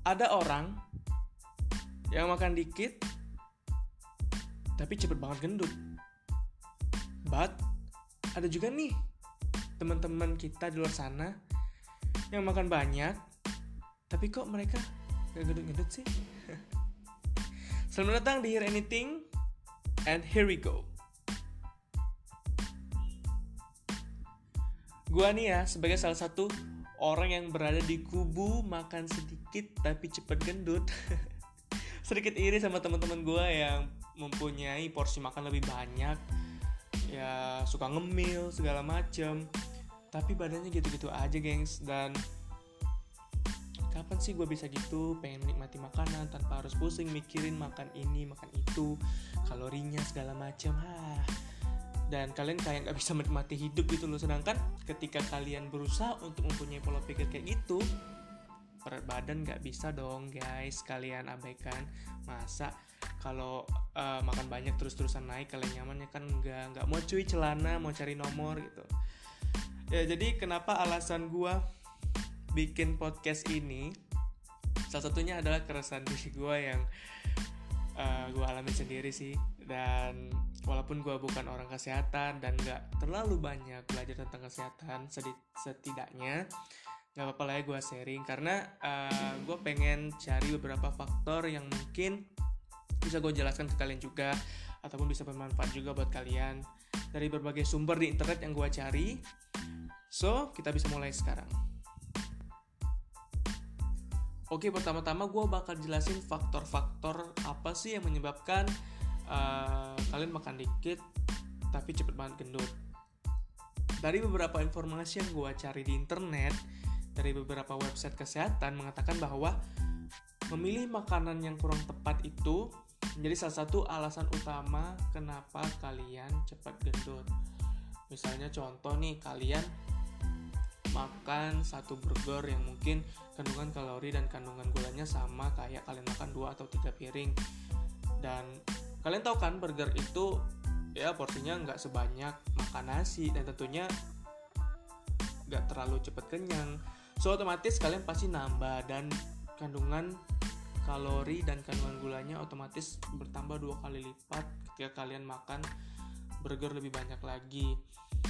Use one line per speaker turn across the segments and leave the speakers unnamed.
Ada orang yang makan dikit tapi cepet banget gendut. But ada juga nih teman-teman kita di luar sana yang makan banyak tapi kok mereka gak gendut-gendut sih. Selamat datang di Hear Anything, and here we go. Gua nih ya sebagai salah satu orang yang berada di kubu makan sedikit tapi cepet gendut. Sedikit iri sama teman-teman gue yang mempunyai porsi makan lebih banyak, ya suka ngemil segala macem, tapi badannya gitu-gitu aja gengs. Dan kapan sih gue bisa gitu, pengen menikmati makanan tanpa harus pusing mikirin makan ini makan itu, kalorinya segala macem. Dan kalian kayak gak bisa menikmati hidup gitu loh. Sedangkan ketika kalian berusaha untuk mempunyai pola pikir kayak gitu, berat badan gak bisa dong guys, kalian abaikan. Masa kalau makan banyak terus-terusan naik, kalian nyamannya kan gak mau cuy celana, mau cari nomor gitu. Ya jadi kenapa alasan gue bikin podcast ini, salah satunya adalah keresahan diri gue yang gue alami sendiri sih. Dan walaupun gue bukan orang kesehatan dan gak terlalu banyak belajar tentang kesehatan, setidaknya gak apa-apa lah ya gue sharing. Karena gue pengen cari beberapa faktor yang mungkin bisa gue jelaskan ke kalian juga, ataupun bisa bermanfaat juga buat kalian dari berbagai sumber di internet yang gue cari. So, kita bisa mulai sekarang. Oke, pertama-tama gue bakal jelasin faktor-faktor apa sih yang menyebabkan kalian makan dikit tapi cepet banget gendut. Dari beberapa informasi yang gue cari di internet, dari beberapa website kesehatan mengatakan bahwa memilih makanan yang kurang tepat itu menjadi salah satu alasan utama kenapa kalian cepat gendut. Misalnya contoh nih, kalian makan satu burger yang mungkin kandungan kalori dan kandungan gulanya sama kayak kalian makan 2 atau 3 piring. Dan kalian tahu kan burger itu ya porsinya nggak sebanyak makan nasi, dan tentunya nggak terlalu cepet kenyang. So otomatis kalian pasti nambah, dan kandungan kalori dan kandungan gulanya otomatis bertambah 2 kali lipat ketika kalian makan burger lebih banyak lagi.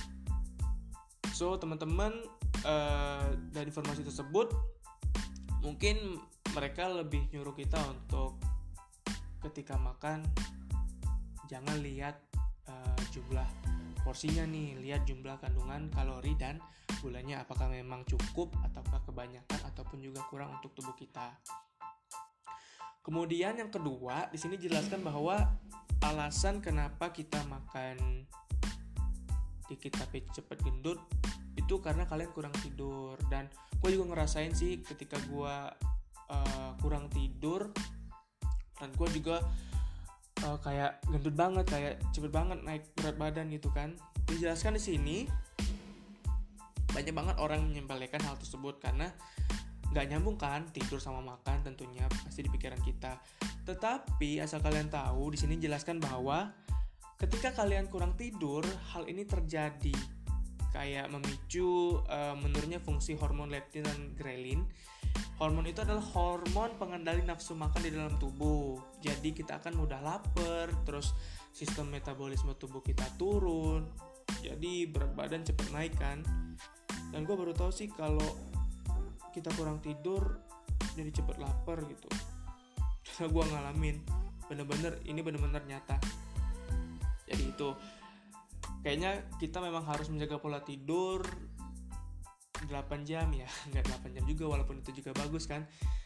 So teman-teman, dari informasi tersebut mungkin mereka lebih nyuruh kita untuk ketika makan jangan lihat jumlah porsinya nih, lihat jumlah kandungan kalori dan gulanya apakah memang cukup ataukah kebanyakan ataupun juga kurang untuk tubuh kita. Kemudian yang kedua, di sini jelaskan bahwa alasan kenapa kita makan dikit tapi cepet gendut itu karena kalian kurang tidur. Dan gue juga ngerasain sih ketika gue kurang tidur, dan gue juga kayak gendut banget, kayak cepet banget naik berat badan gitu kan. Dijelaskan di sini banyak banget orang menyampaikan hal tersebut karena nggak nyambung kan tidur sama makan, tentunya pasti di pikiran kita. Tetapi asal kalian tahu, di sini jelaskan bahwa ketika kalian kurang tidur, hal ini terjadi kayak memicu menurunnya fungsi hormon leptin dan grelin. Hormon itu adalah hormon pengendali nafsu makan di dalam tubuh. Jadi kita akan mudah lapar, terus sistem metabolisme tubuh kita turun, jadi berat badan cepat naik kan. Dan gue baru tahu sih kalau kita kurang tidur jadi cepat lapar gitu. Karena gue ngalamin, ini bener-bener nyata. Jadi itu kayaknya kita memang harus menjaga pola tidur 8 jam ya, nggak 8 jam juga, walaupun itu juga bagus kan.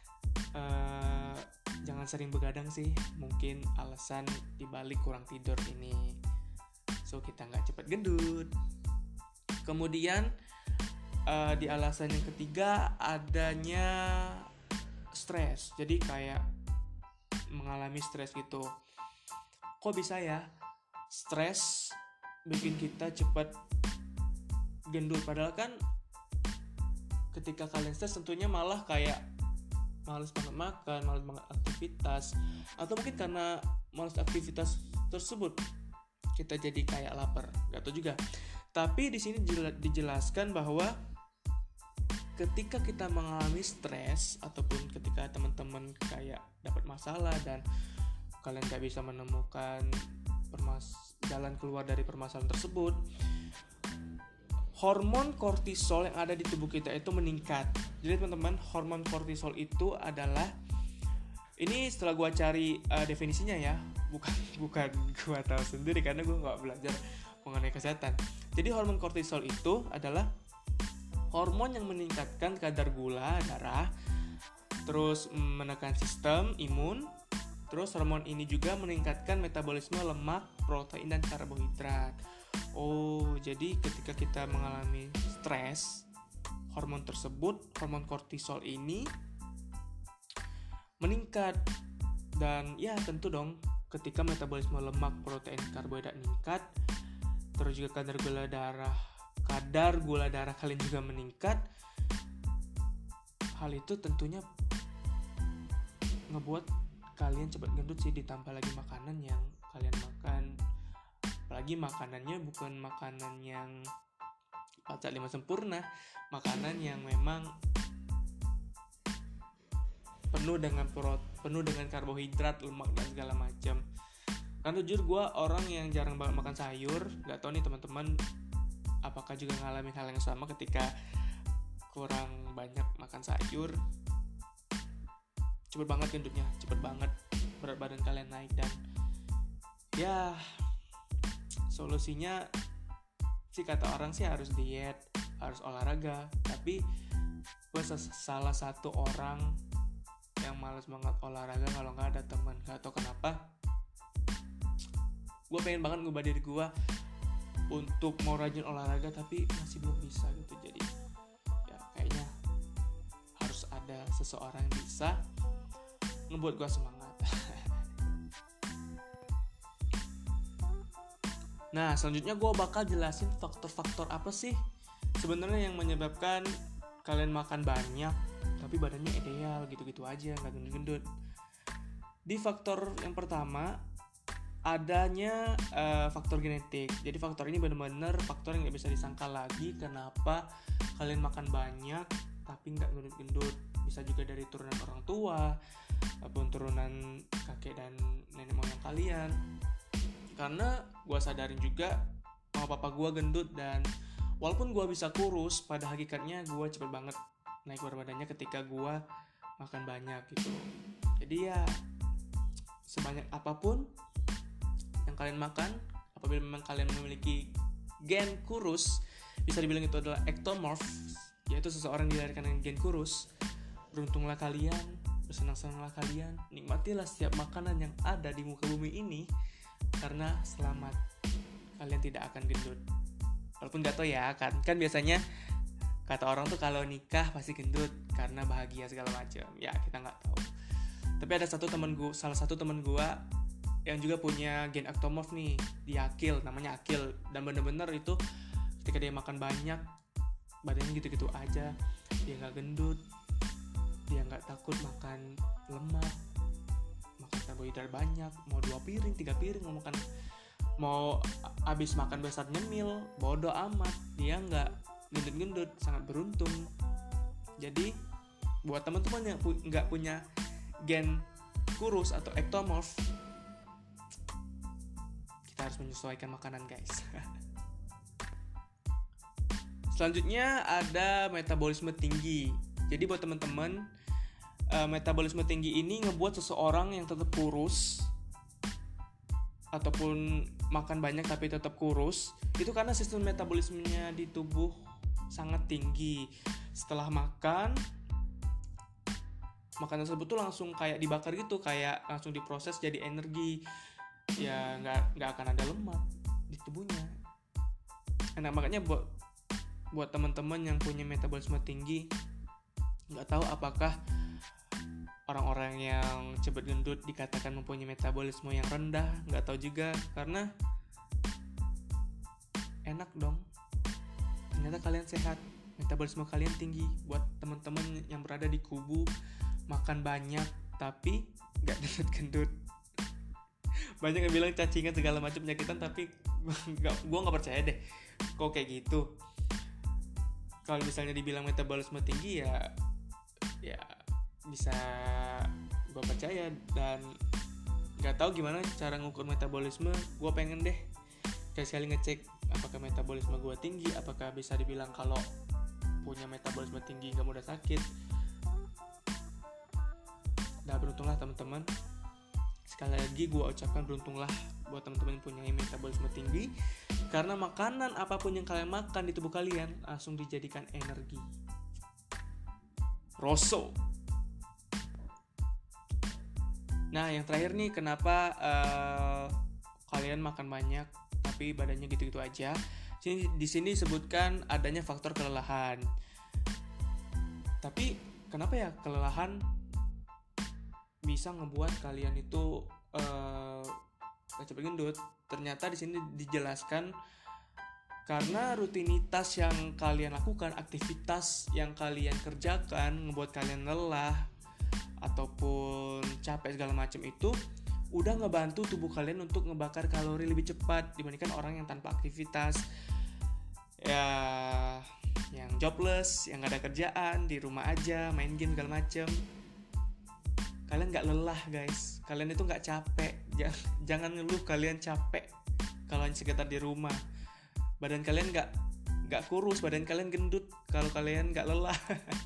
Jangan sering begadang sih, mungkin alasan dibalik kurang tidur ini, so kita nggak cepat gendut. Kemudian di alasan yang ketiga, adanya stres. Jadi kayak mengalami stres gitu. Kok bisa ya stres bikin kita cepat gendut? Padahal kan ketika kalian stres tentunya malah kayak malas banget makan, malas banget aktivitas, atau mungkin karena malas aktivitas tersebut kita jadi kayak lapar, gak tahu juga. Tapi di sini dijelaskan bahwa ketika kita mengalami stres ataupun ketika teman-teman kayak dapat masalah dan kalian gak bisa menemukan jalan keluar dari permasalahan tersebut, hormon kortisol yang ada di tubuh kita itu meningkat. Jadi teman-teman, hormon kortisol itu adalah, ini setelah gue cari definisinya ya, bukan gue tahu sendiri karena gue nggak belajar mengenai kesehatan. Jadi hormon kortisol itu adalah hormon yang meningkatkan kadar gula darah, terus menekan sistem imun, terus hormon ini juga meningkatkan metabolisme lemak, protein, dan karbohidrat. Oh, jadi ketika kita mengalami stres, hormon tersebut, hormon kortisol ini meningkat. Dan ya tentu dong, ketika metabolisme lemak, protein, karbohidrat meningkat, terus juga kadar gula darah kalian juga meningkat, hal itu tentunya ngebuat kalian cepat gendut sih. Ditambah lagi makanan yang kalian makan, apalagi makanannya bukan makanan yang 4/5 sempurna, makanan yang memang penuh dengan karbohidrat, lemak, dan segala macam. Kan jujur gue orang yang jarang banget makan sayur. Gak tau nih teman-teman apakah juga ngalamin hal yang sama ketika kurang banyak makan sayur. Cepet banget gendutnya, cepet banget berat badan kalian naik. Dan ya solusinya sih kata orang sih harus diet, harus olahraga. Tapi gue salah satu orang yang malas banget olahraga kalau nggak ada teman. Gak tau kenapa, gue pengen banget ngubah diri gue untuk mau rajin olahraga, tapi masih belum bisa gitu. Jadi ya kayaknya harus ada seseorang yang bisa ngebuat gue semangat. Nah, selanjutnya gue bakal jelasin faktor-faktor apa sih sebenarnya yang menyebabkan kalian makan banyak tapi badannya ideal gitu-gitu aja, nggak gendut-gendut. Di faktor yang pertama, adanya faktor genetik. Jadi faktor ini benar-benar faktor yang nggak bisa disangkal lagi. Kenapa kalian makan banyak tapi nggak gendut-gendut? Bisa juga dari turunan orang tua ataupun turunan kakek dan nenek moyang kalian. Karena gue sadarin juga mama papa gue gendut, dan walaupun gue bisa kurus, pada hakikatnya gue cepet banget naik berat badannya ketika gue makan banyak gitu. Jadi ya sebanyak apapun yang kalian makan, apabila memang kalian memiliki gen kurus, bisa dibilang itu adalah ectomorph, yaitu seseorang dilahirkan dengan gen kurus. Beruntunglah kalian, bersenang-senanglah kalian, nikmatilah setiap makanan yang ada di muka bumi ini, karena selamat, kalian tidak akan gendut. Walaupun gak tau ya, kan biasanya kata orang tuh kalau nikah pasti gendut karena bahagia segala macam. Ya kita nggak tahu. Tapi ada salah satu teman gue yang juga punya gen ectomorph nih, dia Akil, namanya Akil. Dan bener-bener itu ketika dia makan banyak, badannya gitu-gitu aja, dia gak gendut, dia gak takut makan lemak, makan karbohidrat banyak, mau 2 piring, 3 piring, mau habis makan besar nyemil, bodo amat, dia gak gendut-gendut, sangat beruntung. Jadi buat teman-teman yang gak punya gen kurus atau ectomorph, kita harus menyesuaikan makanan guys. Selanjutnya ada metabolisme tinggi. Jadi buat teman-teman, metabolisme tinggi ini ngebuat seseorang yang tetap kurus ataupun makan banyak tapi tetap kurus, itu karena sistem metabolismenya di tubuh sangat tinggi. Setelah makan tersebut tuh langsung kayak dibakar gitu, kayak langsung diproses jadi energi. Ya nggak akan ada lemak di tubuhnya. Nah makanya buat teman-teman yang punya metabolisme tinggi, nggak tahu apakah orang-orang yang cepat gendut dikatakan mempunyai metabolisme yang rendah, nggak tahu juga, karena enak dong. Ternyata kalian sehat, metabolisme kalian tinggi. Buat teman-teman yang berada di kubu makan banyak tapi nggak gendut-gendut. Banyak yang bilang cacingan segala macam penyakitan, tapi gue nggak percaya deh kok kayak gitu. kalau misalnya dibilang metabolisme tinggi ya bisa gue percaya. Dan nggak tahu gimana cara ngukur metabolisme. Gue pengen deh sekali ngecek apakah metabolisme gue tinggi, apakah bisa dibilang kalau punya metabolisme tinggi gak mudah sakit. Nah, beruntunglah teman-teman. Sekali lagi gue ucapkan beruntunglah buat teman-teman yang punya metabolisme tinggi, karena makanan apapun yang kalian makan di tubuh kalian langsung dijadikan energi. Rosso. Nah, yang terakhir nih, kenapa kalian makan banyak tapi badannya gitu-gitu aja? Di sini disebutkan adanya faktor kelelahan. Tapi kenapa ya kelelahan bisa ngebuat kalian itu cepet gendut? Ternyata di sini dijelaskan karena rutinitas yang kalian lakukan, aktivitas yang kalian kerjakan ngebuat kalian lelah ataupun capek segala macam itu udah ngebantu tubuh kalian untuk ngebakar kalori lebih cepat dibandingkan orang yang tanpa aktivitas, ya yang jobless, yang gak ada kerjaan, di rumah aja main game segala macam. Kalian gak lelah guys, kalian itu gak capek. Jangan ngeluh kalian capek kalau sekitar di rumah. Badan kalian gak kurus, badan kalian gendut kalau kalian gak lelah.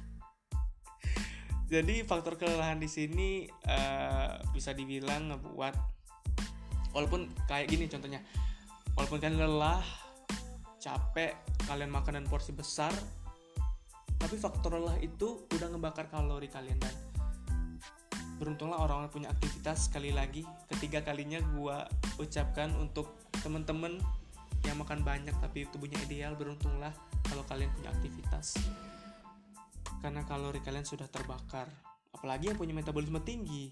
Jadi faktor kelelahan di sini bisa dibilang ngebuat, walaupun kayak gini contohnya, walaupun kalian lelah, capek, kalian makan dan porsi besar, tapi faktor lelah itu udah ngebakar kalori kalian. Dan beruntunglah orang-orang punya aktivitas. Sekali lagi, ketiga kalinya gue ucapkan untuk teman-teman yang makan banyak tapi tubuhnya ideal, beruntunglah kalau kalian punya aktivitas, karena kalori kalian sudah terbakar. Apalagi yang punya metabolisme tinggi,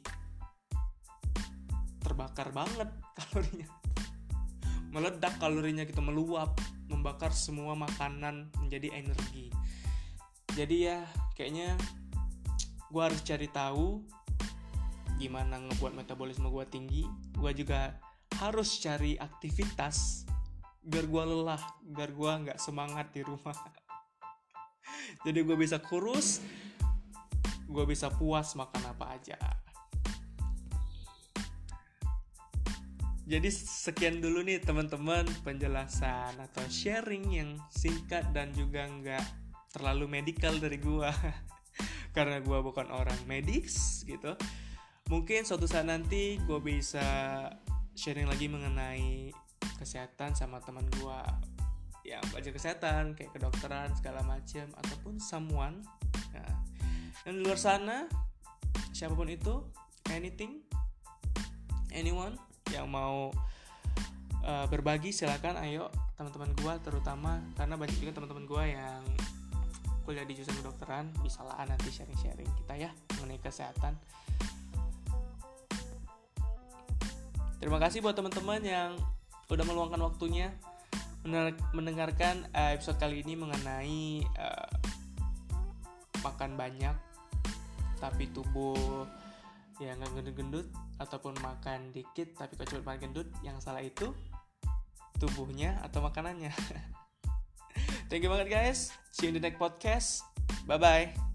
terbakar banget kalorinya, meledak kalorinya gitu, meluap, membakar semua makanan menjadi energi. Jadi ya kayaknya gue harus cari tahu gimana ngebuat metabolisme gue tinggi. Gue juga harus cari aktivitas biar gue lelah, biar gue gak semangat di rumah. Jadi gue bisa kurus, gue bisa puas makan apa aja. Jadi sekian dulu nih teman-teman penjelasan atau sharing yang singkat dan juga nggak terlalu medikal dari gue. Karena gue bukan orang medis gitu. Mungkin suatu saat nanti gue bisa sharing lagi mengenai kesehatan sama teman gue yang belajar kesehatan, kayak kedokteran segala macam, ataupun someone. Nah, yang di luar sana, siapapun itu, anyone yang mau berbagi, silakan. Ayo teman-teman gue, terutama karena banyak juga teman-teman gue yang kuliah di jurusan kedokteran, bisa lah nanti sharing-sharing kita ya mengenai kesehatan. Terima kasih buat teman-teman yang udah meluangkan waktunya mendengarkan episode kali ini mengenai makan banyak tapi tubuh yang gak gendut-gendut, ataupun makan dikit tapi kok cepet makan gendut. Yang salah itu tubuhnya atau makanannya. Thank you banget guys. See you in the next podcast. Bye bye.